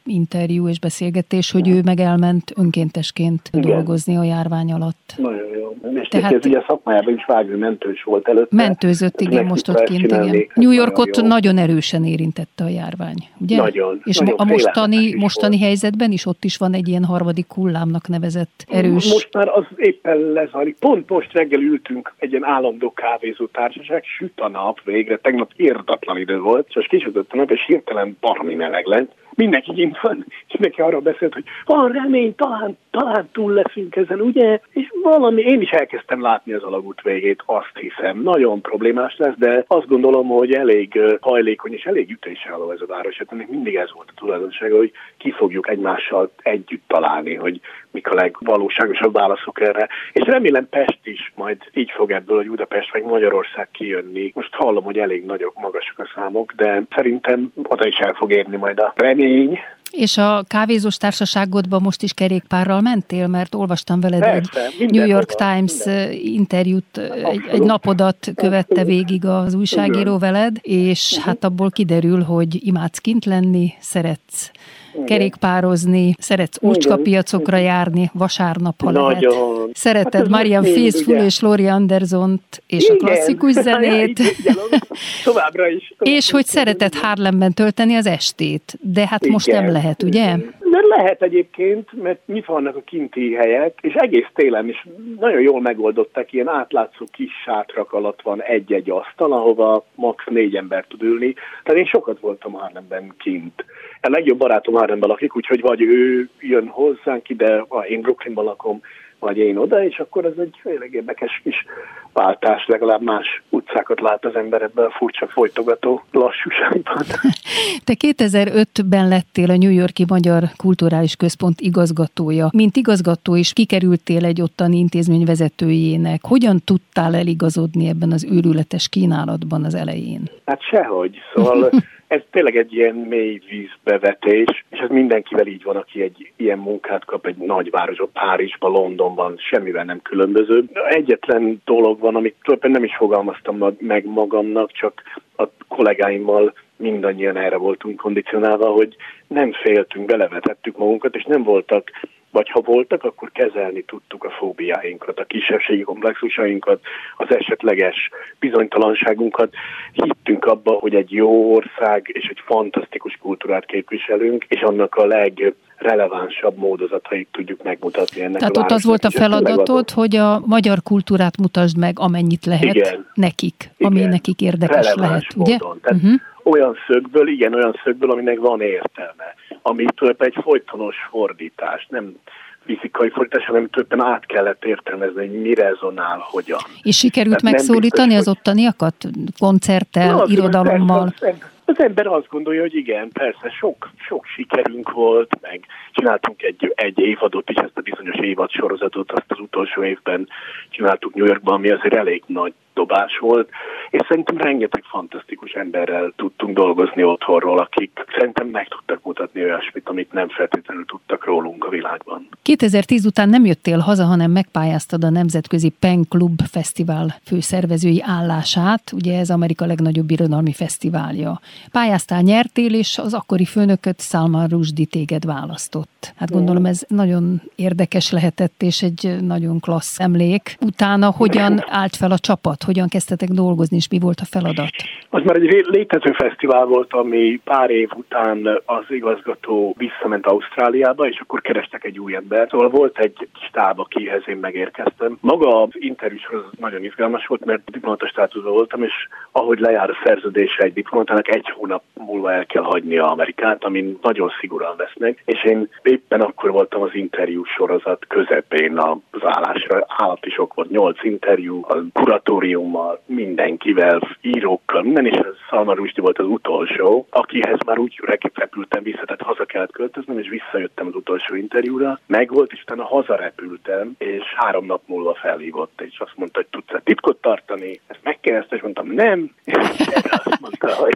interjú és beszélgetés, hogy ő meg elment önkéntesként Igen. dolgozni a járvány alatt. Nagyon jó. És Tehát- ez ugye szakmájában is vágő mentős volt előtte. Mentőzött, Ez igen, meg most tudta ott ezt kint, csinálni, igen. ez New Yorkot nagyon jó. nagyon erősen érintette a járvány, ugye? Nagyon, És nagyon a mostani, félelmetes is mostani volt. helyzetben is ott is van egy ilyen harmadik hullámnak nevezett erős... Most már az éppen lezajlik. Pont most reggel ültünk egy ilyen állandó kávézó társaság, süt a nap végre, tegnap irdatlan idő volt, és most kisütött a nap, és hirtelen baromi meleg lett. Mindenki kint van, és neki arra beszélt, hogy van remény, talán, talán túl leszünk ezen, ugye? És valami, én is elkezdtem látni az alagút végét, azt hiszem. Nagyon problémás lesz, de azt gondolom, hogy elég ö, hajlékony és elég ütésálló ez a város. Hát ennek mindig ez volt a tulajdonsága, hogy ki fogjuk egymással együtt találni, hogy mik a legvalóságosabb válaszok erre. És remélem Pest is majd így fog ebből, hogy Budapest vagy Magyarország kijönni. Most hallom, hogy elég nagyok, magasak a számok, de szerintem oda is el fog érni majd a remény. És a kávézós társaságodban most is kerékpárral mentél, mert olvastam veled Persze, egy mindenhova, New York Times minden. interjút, egy, egy Abszolút. napodat követte végig az újságíró veled, és hát abból kiderül, hogy imádsz kint lenni, szeretsz kerékpározni, szeretsz ócskapiacokra járni, vasárnap, ha lehet. Nagyon. Szereted Hát ez Marian most mind, Faithfull ugye? és Laurie Andersont és a Igen. klasszikus zenét. Igen, továbbra is. És hogy szereted Harlemben tölteni az estét, de hát most Igen. nem lehet, ugye? De lehet egyébként, mert nyitva vannak a kinti helyek, és egész télen is nagyon jól megoldották, ilyen átlátszó kis sátrak alatt van egy-egy asztal, ahova max. négy ember tud ülni. Tehát én sokat voltam Harlemben kint. A legjobb barátom Harlemben lakik, úgyhogy vagy ő jön hozzánk ide, én Brooklynban lakom, vagy én oda, és akkor ez egy elég érdekes kis váltás, legalább más utcákat lát az ember ebben a furcsa folytogató lassúságban. Te kétezer-ötben lettél a New York-i Magyar Kulturális Központ igazgatója. Mint igazgató is kikerültél egy ottani intézmény vezetőjének. Hogyan tudtál eligazodni ebben az őrületes kínálatban az elején? Hát sehogy, szóval ez tényleg egy ilyen mély vízbevetés, és ez mindenkivel így van, aki egy ilyen munkát kap egy nagyvárosban, Párizsban, Londonban, semmivel nem különböző. Egyetlen dolog van, amit tulajdonképpen nem is fogalmaztam meg magamnak, csak a kollégáimmal mindannyian erre voltunk kondicionálva, hogy nem féltünk, belevetettük magunkat, és nem voltak, vagy ha voltak, akkor kezelni tudtuk a fóbiáinkat, a kisebbségi komplexusainkat, az esetleges bizonytalanságunkat. Hittünk abba, hogy egy jó ország és egy fantasztikus kultúrát képviselünk, és annak a legrelevánsabb módozatait tudjuk megmutatni ennek. Tehát a ott az volt a feladatod, hogy a magyar kultúrát mutasd meg, amennyit lehet igen. nekik, ami Igen. nekik érdekes Releváns lehet, ugye? módon. Tehát Uh-huh. olyan szögből, igen, olyan szögből, aminek van értelme. Ami tulajdonképpen egy folytonos fordítás, nem fizikai fordítás, hanem tulajdonképpen át kellett értelmezni, hogy mi rezonál, hogyan. És sikerült Tehát nem megszólítani biztos, az ottaniakat? Koncerttel, Na, az- irodalommal? persze, Az ember azt gondolja, hogy igen, persze, sok, sok sikerünk volt, meg csináltunk egy, egy évadot is, ezt a bizonyos évad sorozatot, azt az utolsó évben csináltuk New Yorkban, ami azért elég nagy dobás volt, és szerintem rengeteg fantasztikus emberrel tudtunk dolgozni otthonról, akik szerintem meg tudtak mutatni olyasmit, amit nem feltétlenül tudtak rólunk a világban. kétezer-tíz után nem jöttél haza, hanem megpályáztad a Nemzetközi Pen Club Fesztivál főszervezői állását, ugye ez Amerika legnagyobb irodalmi fesztiválja. Pályáztál, nyertél, és az akkori főnököt, Salman Rushdie téged választott. Hát gondolom ez nagyon érdekes lehetett, és egy nagyon klassz emlék. Utána hogyan állt fel a csapat, hogyan kezdtetek dolgozni, és mi volt a feladat? Az már egy létező fesztivál volt, ami pár év után az igazgató visszament Ausztráliába, és akkor kerestek egy új ember. Szóval volt egy stáb, akihez én megérkeztem. Maga az interjús nagyon izgalmas volt, mert diplomata státuszban voltam, és ahogy lejár a szerződése egy diplomatának, egy hónap múlva el kell hagynia Amerikát, amin nagyon szigorúan vesznek, és én éppen akkor voltam az interjú sorozat közepén az állásra. Állati sok volt, nyolc interjú, a kuratóriummal, mindenkivel, írókkal, minden, és Salman Rushdie volt az utolsó, akihez már úgy repültem vissza, tehát haza kellett költöznem, és visszajöttem az utolsó interjúra. Megvolt, és utána hazarepültem, és három nap múlva felhívott, és azt mondta, hogy tudsz titkot tartani. Ezt megkérdezte, és mondtam, nem. És azt mondta, hogy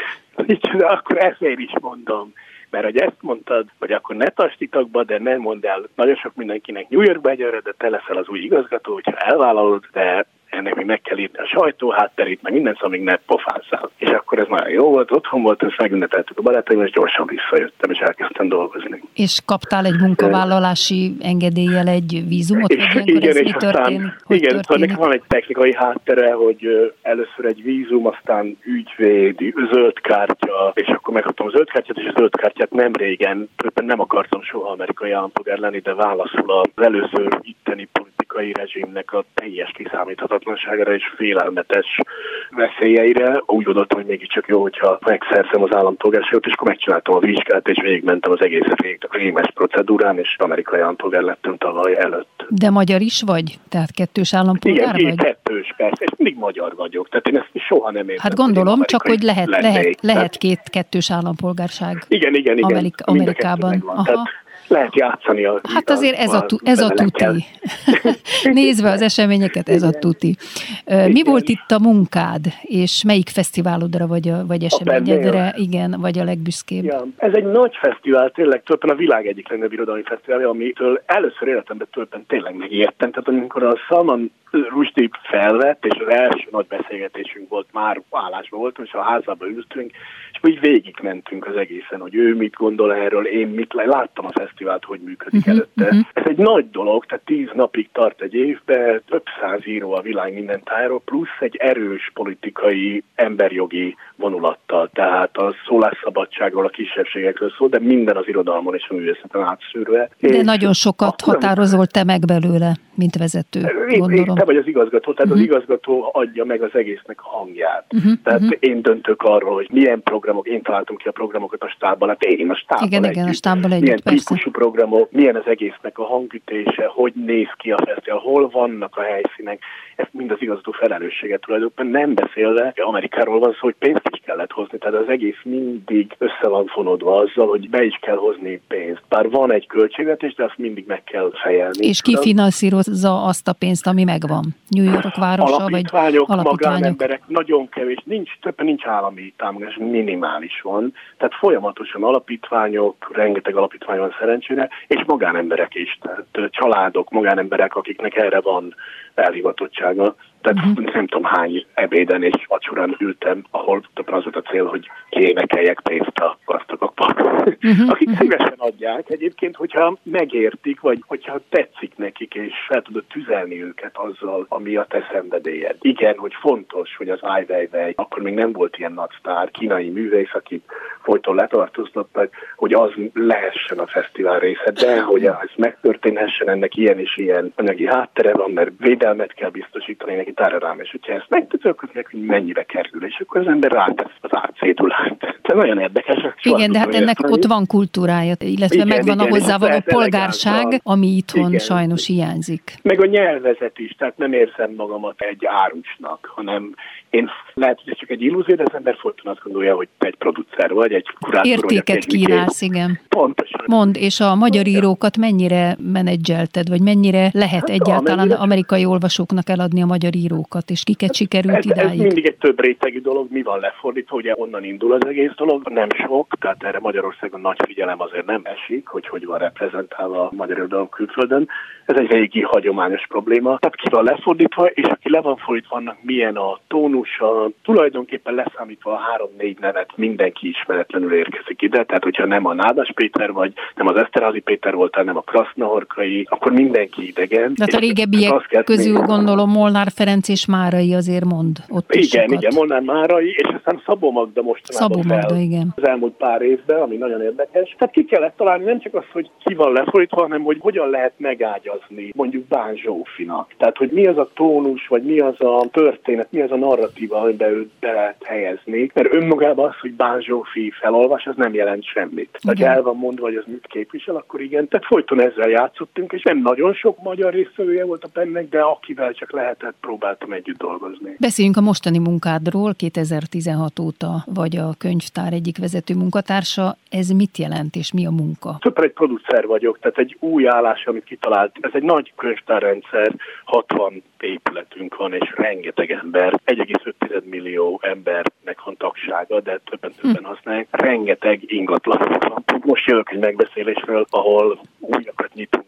de akkor ezért is mondom. Mert hogy ezt mondtad, hogy akkor ne tartsd titokba, de nem mondd el nagyon sok mindenkinek New Yorkba egyre, de te leszel az új igazgató, hogyha elvállalod, de ennek még meg kell írni a sajtó hátterét, meg mindent, szóval még ne pofázzál. És akkor ez nagyon jó volt, otthon volt, és megünnepeltük a barátaim, és gyorsan visszajöttem, és elkezdtem dolgozni. És kaptál egy munkavállalási engedéllyel egy vízumot, És vagy ilyenkor ez és mi történik? Hogy igen, szóval történik? nekem van egy technikai háttere, hogy ö, először egy vízum, aztán ügyvéd, zöld kártya, és akkor megkaptam a zöld kártyát, és a zöld kártyát nem régen, nem akartam soha amerikai állampolgár lenni, de válaszul az előző itteni politikai rezsimnek a teljes kiszámíthatatlanságára és félelmetes veszélyeire. Úgy gondoltam, hogy mégiscsak jó, hogyha megszerzem az állampolgárságot, és akkor megcsináltam a vizsgát, és végigmentem az egész rémes procedúrán, és amerikai állampolgár lettem tavaly előtt. De magyar is vagy? Tehát kettős állampolgár Igen, vagy? kettős, persze, és mindig magyar vagyok, tehát én ezt soha nem értem. Hát gondolom, hogy csak hogy lehet, lennék. lehet, lehet Tehát, két kettős állampolgárság. igen, igen, igen. Amerik- mind a Amerikában. kettő megvan. Aha. Tehát lehet játszani a... Hát azért ez a, tu, ez a tuti. Nézve az eseményeket, ez a tuti. Mi Igen. volt itt a munkád, és melyik fesztiválodra vagy, a, vagy eseményedre, igen, vagy a legbüszkébb? Ja, ez egy nagy fesztivál, tényleg tulajdonképpen a világ egyik legnagyobb irodalmi fesztiválja, amitől először életemben tulajdonképpen tényleg megértem. Tehát amikor a Salman Rushdie felvett, és az első nagy beszélgetésünk volt, már állásban voltunk, és a házában ültünk, és úgy végigmentünk az egészen, hogy ő mit gondol erről, én mit láttam a fesztivált, hogy működik uh-huh, előtte. Uh-huh. Ez egy nagy dolog, tehát tíz napig tart egy évben, több száz író a világ minden tájáról, plusz egy erős politikai, emberjogi vonulattal, tehát a szólásszabadságról, a kisebbségekről szól, de minden az irodalmon és a művészeten átszűrve. De nagyon sokat határozol te meg belőle, mint vezető, gondolom. Te vagy az igazgató, tehát uh-huh. az igazgató adja meg az egésznek a hangját. Uh-huh. Tehát uh-huh. én döntök arról, hogy milyen programok, én találtam ki a programokat a stábban, hát én a stábbal igen, együtt. Igen, a stábbal együtt, milyen persze. típusú programok, milyen az egésznek a hangütése, hogy néz ki a fesztivál, hol vannak a helyszínek, ez mind az igazgató felelőssége tulajdonképpen, nem beszélve, Amerikáról van szó, hogy pénzt is kellett hozni, tehát az egész mindig össze van fonódva azzal, hogy be is kell hozni pénzt. Bár van egy költségvetés, de azt mindig meg kell fejelni. És ki finanszírozza azt a pénzt, ami megvan? New York városa, alapítványok, vagy alapítványok? magánemberek, nagyon kevés, nincs, többen nincs állami támogatás, minimális van, tehát folyamatosan alapítványok, rengeteg alapítvány van szerencsére, és magánemberek is, tehát családok, magánemberek, akiknek erre van elhivatottsága. Tehát uh-huh. nem tudom hány ebéden és vacsorán ültem, ahol többen az volt a cél, hogy kiénekeljek pénzt a gazdagoknak. Uh-huh. Akik szívesen adják egyébként, hogyha megértik, vagy hogyha tetszik nekik, és fel tudod tüzelni őket azzal, ami a te szenvedélyed. Igen, hogy fontos, hogy az Ai Weiwei, akkor még nem volt ilyen nagy sztár, kínai művész, akit folyton letartóztattak, hogy az lehessen a fesztivál része, de hogy ez megtörténhessen, ennek ilyen és ilyen anyagi háttere van, mert védelmet kell biztosítani neki, tára rám, és hogyha ezt megtudjuk, hogy mennyibe kerül, és akkor az ember rátesz az átszédulát. Ez nagyon érdekes. Igen, de hát ennek ott van kultúrája, illetve igen, megvan igen, a hozzávaló polgárság, ami itthon igen. sajnos hiányzik. Meg a nyelvezet is, tehát nem érzem magamat egy árusnak, hanem én lehet, hogy ez csak egy illúzió, de az ember folyton azt gondolja, hogy egy producer vagy, egy kurátor. Értéket kínálsz, igen. Pontosan. Mondd, és a magyar írókat mennyire menedzselted, vagy mennyire lehet hát, egyáltalán amennyire... amerikai olvasóknak eladni a magyar írókat, és kiket sikerült ez, idáig? Ez mindig egy több rétegű dolog, mi van lefordítva, ugye onnan indul az egész dolog, nem sok, tehát erre Magyarországon nagy figyelem azért nem esik, hogy hogy van reprezentálva a magyar irodalom külföldön. Ez egy régi hagyományos probléma. Tehát ki van lefordítva, és aki le van fordítva, annak milyen a tónusa, tulajdonképpen leszámítva a három-négy nevet mindenki ismeretlenül érkezik ide, tehát hogyha nem a Nádas Péter vagy, nem az Eszterházy Péter voltál, nem a Krasznahorkai, akkor mindenki idegen. Tehát a régebbiek közül gondolom Molnár Ferenc és Márai azért mond ott is igen, sokat. Igen, Molnár Márai, és aztán Szabó Magda mostanában Szabó Magda, igen. az elmúlt pár évben, ami nagyon érdekes. Tehát ki kellett találni nem csak az, hogy ki van lefordítva, hanem hogy hogyan lehet megágyazni mondjuk Bán Zsófinak. Tehát, hogy mi az a tónus, vagy mi az a történet, mi az a narratíva, amiben őt be lehet helyezni. Mert önmagában az, hogy Bán Zsófi felolvas, az nem jelent semmit. Tehát el van mondva, hogy az mit képvisel, akkor igen. Tehát folyton ezzel játszottunk, és nem nagyon sok magyar résztvevője volt a pennek, de akivel csak lehetett, próbáltam együtt dolgozni. Beszéljünk a mostani munkádról, kétezer-tizenhat óta vagy a könyvtár egyik vezető munkatársa. Ez mit jelent, és mi a munka? Többen egy producer vagyok, tehát egy új állás, amit kitalált. Ez egy nagy könyvtárrendszer, hatvan épületünk van, és rengeteg ember, egy egész öt millió embernek van tagsága, de többen többen használják. Rengeteg ingatlanok van. Most jövök egy megbeszélésről, ahol újakat nyitunk, ahogy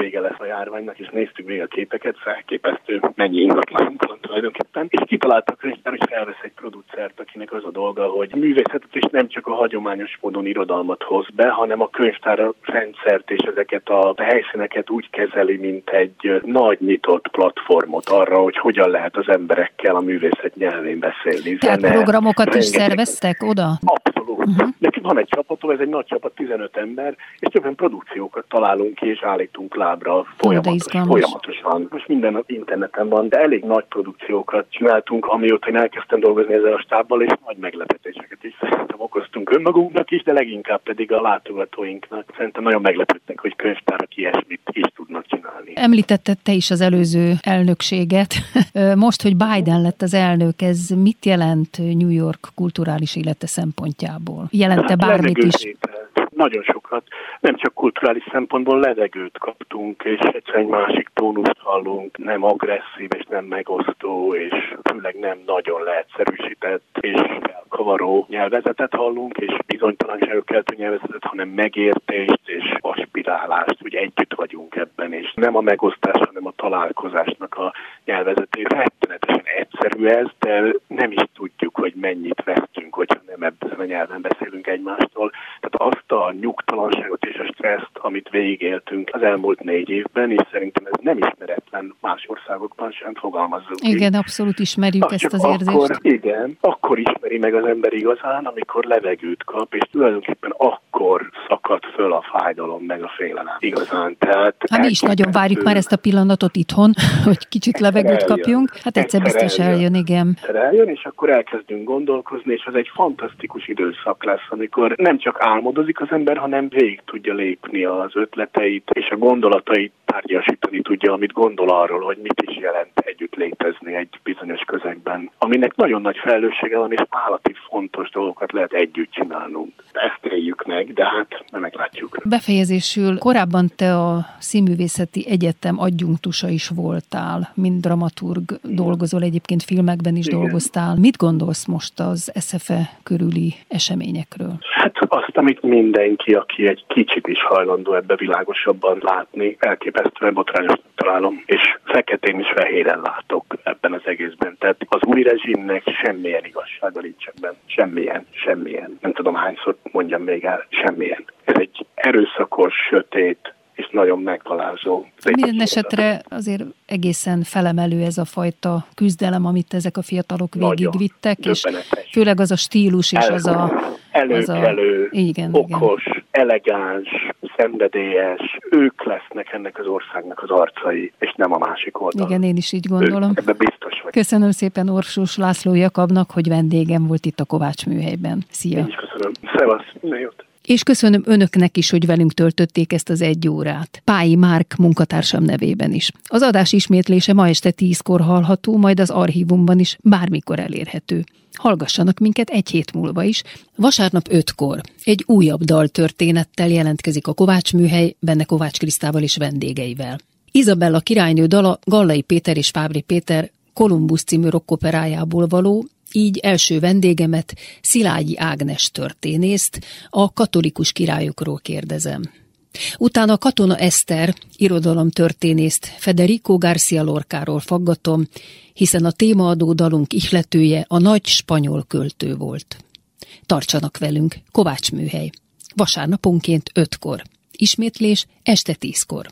vége lesz a járványnak, és néztük végig a képeket, felképesztő mennyi ingatlanunk van tulajdonképpen, és kitaláltak könyvtár, hogy felvesz egy producert, akinek az a dolga, hogy művészetet és nem csak a hagyományos módon irodalmat hoz be, hanem a könyvtár rendszert és ezeket a helyszíneket úgy kezeli, mint egy nagy nyitott platformot arra, hogy hogyan lehet az emberekkel a művészet nyelvén beszélni. Tehát zene, programokat is rengeteg... szerveztek oda? Abszolút. Uh-huh. Nekünk van egy csapatom, ez egy nagy csapat, tizenöt ember, és többen produkciókat találunk ki, és állítunk lábra folyamatos, folyamatosan. Most minden az interneten van, de elég nagy produkciókat csináltunk, amióta én elkezdtem dolgozni ezzel a stábbal, és nagy meglepetéseket is szerintem okoztunk önmagunknak is, de leginkább pedig a látogatóinknak. Szerintem nagyon meglepődtek, hogy könyvtárak ilyesmit is tudnak csinálni. Említetted te is az előző elnökséget. Most, hogy Biden lett az elnök, ez mit jelent New York kulturális élete szempontjából? Jelente bármit is? Nagyon sokat, nem csak kulturális szempontból levegőt kaptunk, és egyszer egy másik tónust hallunk, nem agresszív és nem megosztó, és főleg nem nagyon leegyszerűsített és elkavaró nyelvezetet hallunk, és bizonytalanságok keltő nyelvezetet, hanem megértést és aspirálást, hogy együtt vagyunk ebben, és nem a megosztás, hanem a találkozásnak a nyelvezetét. Rettenetesen egyszerű ez, de nem is tudjuk, hogy mennyit vesztünk, hogyha nem ebben a nyelven beszélünk egymástól. Tehát azt a nyugtalanságot és a stresszt, amit végigéltünk az elmúlt négy évben, és szerintem ez nem ismeretlen más országokban sem, fogalmazzunk. Igen, így. Abszolút ismerjük Na, ezt az akkor, érzést. Igen, akkor ismeri meg az ember igazán, amikor levegőt kap, és tulajdonképpen akkor szakad föl a fájdalom, meg a félelem. Igazán. Tehát hát mi is nagyon várjuk már ezt a pillanatot itthon, hogy kicsit levegőt eljön. kapjunk. Hát egyszer, egyszer biztos eljön, eljön igen. Egyszer eljön, és akkor elkezdünk gondolkozni, és az egy fantasztikus időszak lesz, amikor nem csak álmodozik az ember, hanem végig tudja lépni az ötleteit, és a gondolatait tárgyasítani tudja, amit gondol arról, hogy mit is jelent együtt létezni egy bizonyos közegben, aminek nagyon nagy felelőssége van, és állati fontos dolgokat lehet együtt csinálnunk. Ezt éljük meg, de hát nem meglátjuk. Befejezésül, korábban te a Színművészeti Egyetem adjunktusa is voltál, mint dramaturg dolgozol, egyébként filmekben is Igen. dolgoztál. Mit gondolsz most az es ef e körüli eseményekről? Hát azt, amit mindenki, aki egy kicsit is hajlandó ebbe világosabban látni, elképesztően botrányosnak találom, és feketén is fehéren látok ebben az egészben. Tehát az új rezsimnek semmilyen igazsága nincs ebben. Semmilyen, semmilyen. Nem tudom hányszor mondjam még el, semmilyen. Ez egy erőszakos, sötét, és nagyon megtalálzó. Minden esetre azért egészen felemelő ez a fajta küzdelem, amit ezek a fiatalok végigvittek, és főleg az a stílus, és az a... Előkelő, igen, okos, igen. elegáns, szenvedélyes, ők lesznek ennek az országnak az arcai, és nem a másik oldal. Igen, én is így gondolom. Ők, ebben biztos vagy. Köszönöm szépen Orsós László Jakabnak, hogy vendégem volt itt a Kovács Műhelyben. Szia! Én is köszönöm. Szevasz, minden jót! És köszönöm önöknek is, hogy velünk töltötték ezt az egy órát. Pályi Márk munkatársam nevében is. Az adás ismétlése ma este tízkor hallható, majd az archívumban is bármikor elérhető. Hallgassanak minket egy hét múlva is. Vasárnap ötkor egy újabb daltörténettel jelentkezik a Kovács Műhely, benne Kovács Krisztával és vendégeivel. Izabella királynő dala Gallai Péter és Fábri Péter Kolumbusz című rockoperájából való, így első vendégemet, Szilágyi Ágnes történészt, a katolikus királyokról kérdezem. Utána Katona Eszter irodalomtörténészt Federico García Lorcáról faggatom, hiszen a témaadó dalunk ihletője a nagy spanyol költő volt. Tartsanak velünk, Kovács Műhely. Vasárnaponként ötkor. Ismétlés este tízkor.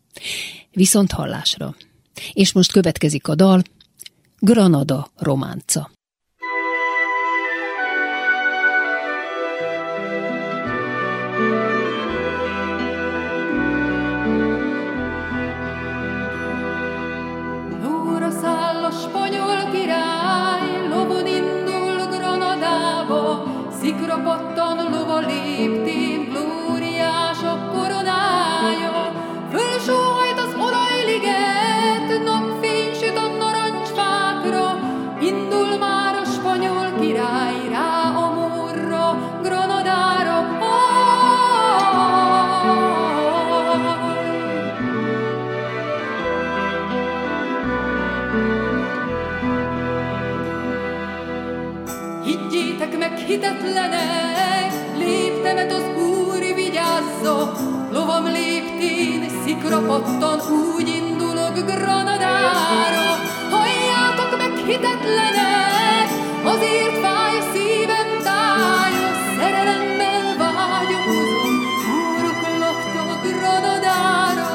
Viszont hallásra. És most következik a dal, Granada románca. Pattan lova léptén, glóriás a koronája, fölsóhajt az olajliget, napfény süt a narancsfákra, indul már a spanyol király rá a morra, Granadára. Higgyétek meg, hitetlenek, léptemet az Úr vigyázza, lovam léptén szikra pattan, úgy indulok Granadára. Halljátok meg, hitetlenek, azért fáj a szívem tája, szerelemmel vágyózom, úrok laktak Granadára.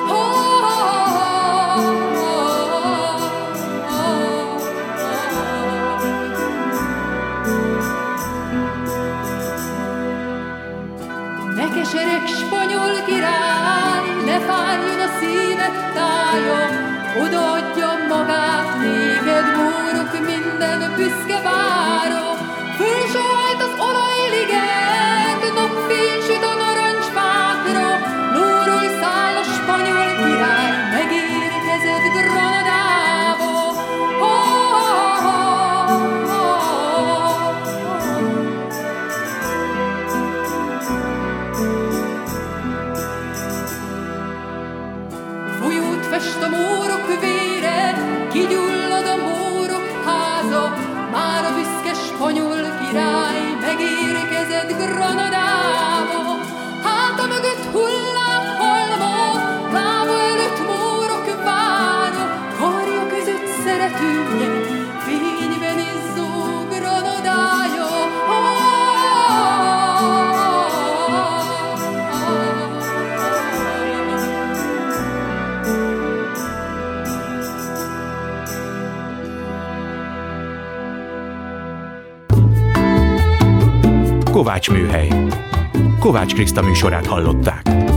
Ne kesereg, spanyol király, ne fájjon a szíved tája, odaadja magát néked, mórok, minden büszke vára. Fölsajt az olajliget, napfény süt a narancsfákra, lóról száll a spanyol király, megérkezett Granadába. Folyót fest a mórok vére, kigyullad a mórok háza, már a büszke spanyol király megérkezett Granadába. Háta mögött hullám halma, lába előtt mórok vára, karja között szeretője, fényben izzó Granadája. Kovács Műhely. Kovács Kriszta műsorát hallották.